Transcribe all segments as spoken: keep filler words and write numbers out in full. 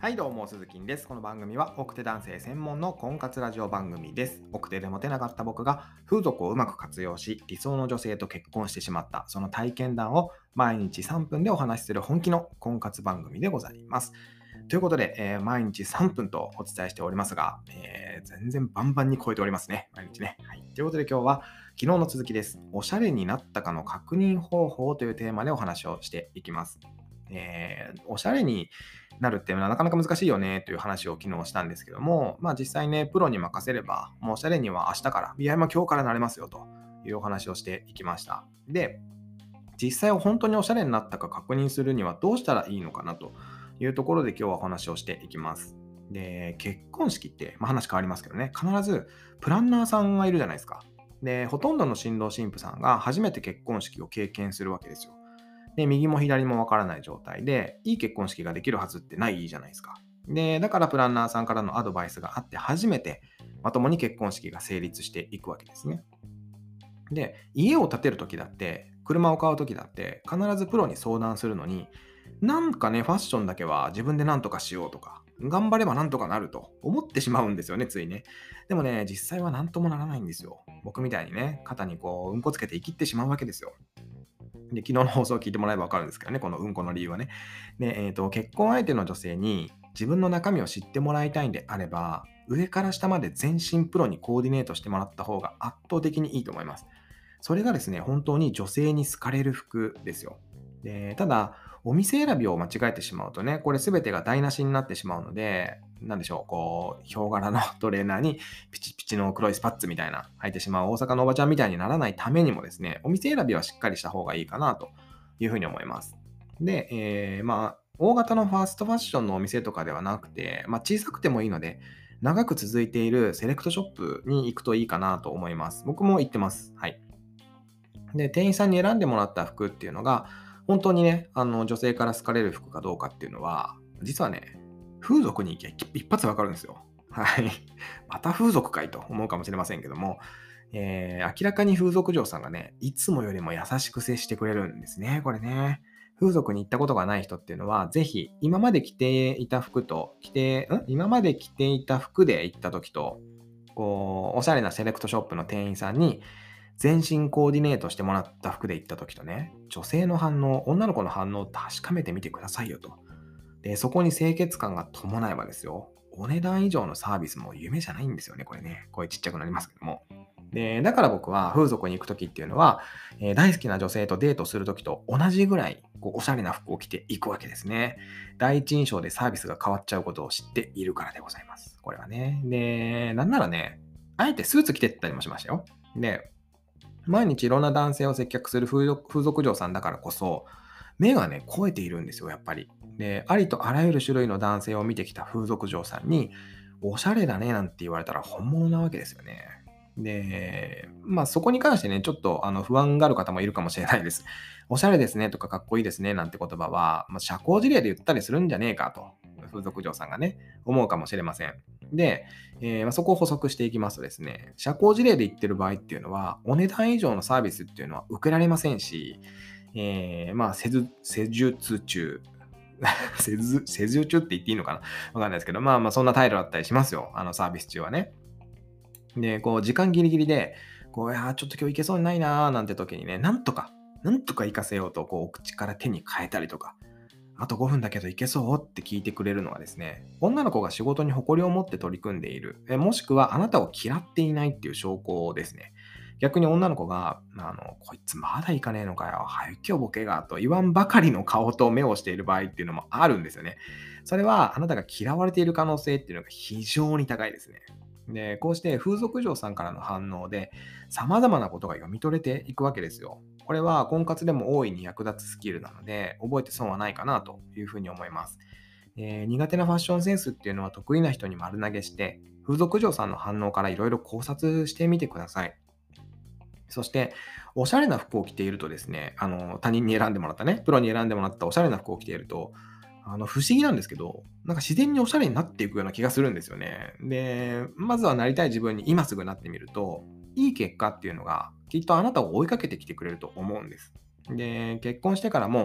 はい、どうも、鈴木です。この番組は、奥手男性専門の婚活ラジオ番組です。奥手でモテなかった僕が、風俗をうまく活用し、理想の女性と結婚してしまった、その体験談を毎日さんぷんでお話しする本気の婚活番組でございます。ということで、えー毎日さんぷんとお伝えしておりますが、えー全然バンバンに超えておりますね。毎日ね。はい。ということで今日は、昨日の続きです。おしゃれになったかの確認方法というテーマでお話をしていきます。えーおしゃれになるっていうのはなかなか難しいよねという話を昨日したんですけども、まあ実際ね、プロに任せれば、もうおしゃれには明日から、いや、今今日からなれますよというお話をしていきました。で、実際本当におしゃれになったか確認するにはどうしたらいいのかなというところで今日はお話をしていきます。で、結婚式って、まあ、話変わりますけどね、必ずプランナーさんがいるじゃないですか。で、ほとんどの新郎新婦さんが初めて結婚式を経験するわけですよ。で、右も左もわからない状態で、いい結婚式ができるはずってないじゃないですか。で、だからプランナーさんからのアドバイスがあって初めてまともに結婚式が成立していくわけですね。で、家を建てるときだって、車を買うときだって、必ずプロに相談するのに、なんかね、ファッションだけは自分で何とかしようとか、頑張ればなんとかなると思ってしまうんですよね、ついね。でもね、実際は何ともならないんですよ。僕みたいにね、肩にこう、うんこつけて生きってしまうわけですよ。で、昨日の放送を聞いてもらえばわかるんですけどね、このうんこの理由はね。で、えっと、結婚相手の女性に自分の中身を知ってもらいたいんであれば、上から下まで全身プロにコーディネートしてもらった方が圧倒的にいいと思います。それがですね、本当に女性に好かれる服ですよ。で、ただ、お店選びを間違えてしまうとね、これ全てが台無しになってしまうので、なんでしょう、こう、ヒョウ柄のトレーナーにピチピチの黒いスパッツみたいな履いてしまう大阪のおばちゃんみたいにならないためにもですね、お店選びはしっかりした方がいいかなというふうに思います。で、えーまあ、大型のファーストファッションのお店とかではなくて、まあ、小さくてもいいので、長く続いているセレクトショップに行くといいかなと思います。僕も行ってます。はい。で、店員さんに選んでもらった服っていうのが、本当にね、あの、女性から好かれる服かどうかっていうのは、実はね、風俗に行きゃ一発でわかるんですよ。はい。また風俗かいと思うかもしれませんけども、えー明らかに風俗嬢さんがね、いつもよりも優しく接してくれるんですね、これね。風俗に行ったことがない人っていうのは、ぜひ、今まで着ていた服と、着て、ん今まで着ていた服で行った時と、こう、おしゃれなセレクトショップの店員さんに、全身コーディネートしてもらった服で行った時とね、女性の反応、女の子の反応を確かめてみてくださいよと。で、そこに清潔感が伴えばですよ、お値段以上のサービスも夢じゃないんですよね、これね。声ちっちゃくなりますけども。で、だから僕は風俗に行く時っていうのは、えー大好きな女性とデートする時と同じぐらいこうおしゃれな服を着ていくわけですね。第一印象でサービスが変わっちゃうことを知っているからでございます。これはね。で、なんならね、あえてスーツ着てったりもしましたよ。で、毎日いろんな男性を接客する風俗風俗嬢さんだからこそ、目がね、肥えているんですよ、やっぱり。で、ありとあらゆる種類の男性を見てきた風俗嬢さんに、おしゃれだねなんて言われたら本物なわけですよね。で、まあそこに関してね、ちょっとあの不安がある方もいるかもしれないです。おしゃれですねとかかっこいいですねなんて言葉は、まあ、社交辞令で言ったりするんじゃねえかと、風俗嬢さんがね、思うかもしれません。で、えーまあ、そこを補足していきますとですね、社交辞令で言ってる場合っていうのは、お値段以上のサービスっていうのは受けられませんし、えー、まあ、施術施術中、施術施術中って言っていいのかなわかんないですけど、まあまあ、そんな態度だったりしますよ。あのサービス中はね。で、こう、時間ギリギリで、こう、いやー、ちょっと今日行けそうにないなーなんて時にね、なんとか、なんとか行かせようと、こう、お口から手に変えたりとか、あとごふんだけど行けそうって聞いてくれるのはですね、女の子が仕事に誇りを持って取り組んでいる、えもしくはあなたを嫌っていないっていう証拠ですね。逆に女の子が、あの、こいつまだ行かねえのかよ、はい、今日ボケが、と言わんばかりの顔と目をしている場合っていうのもあるんですよね。それはあなたが嫌われている可能性っていうのが非常に高いですね。で、こうして風俗嬢さんからの反応で様々なことが読み取れていくわけですよ。これは婚活でも大いに役立つスキルなので、覚えて損はないかなというふうに思います。えー苦手なファッションセンスっていうのは得意な人に丸投げして、風俗嬢さんの反応からいろいろ考察してみてください。そして、おしゃれな服を着ているとですね、あの、他人に選んでもらったね、プロに選んでもらったおしゃれな服を着ていると、あの、不思議なんですけど、なんか自然におしゃれになっていくような気がするんですよね。で、まずはなりたい自分に今すぐなってみると、いい結果っていうのが、きっとあなたを追いかけてきてくれると思うんです。で、結婚してからも、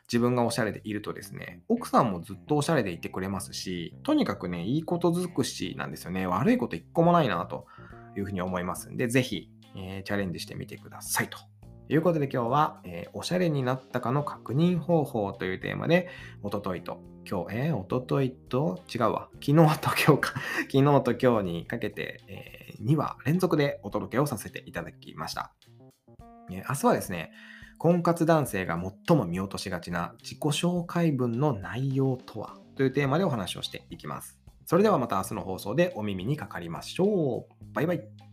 自分がおしゃれでいるとですね、奥さんもずっとおしゃれでいてくれますし、とにかくね、いいこと尽くしなんですよね。悪いこと一個もないなというふうに思いますんで、ぜひ、えーチャレンジしてみてくださいと。ということで今日は、えーおしゃれになったかの確認方法というテーマで、おとといと今日、えー、おとといと違うわ。昨日と今日か。昨日と今日にかけて、えにわ連続でお届けをさせていただきました。えー明日はですね、婚活男性が最も見落としがちな自己紹介文の内容とはというテーマでお話をしていきます。それではまた明日の放送でお耳にかかりましょう。バイバイ。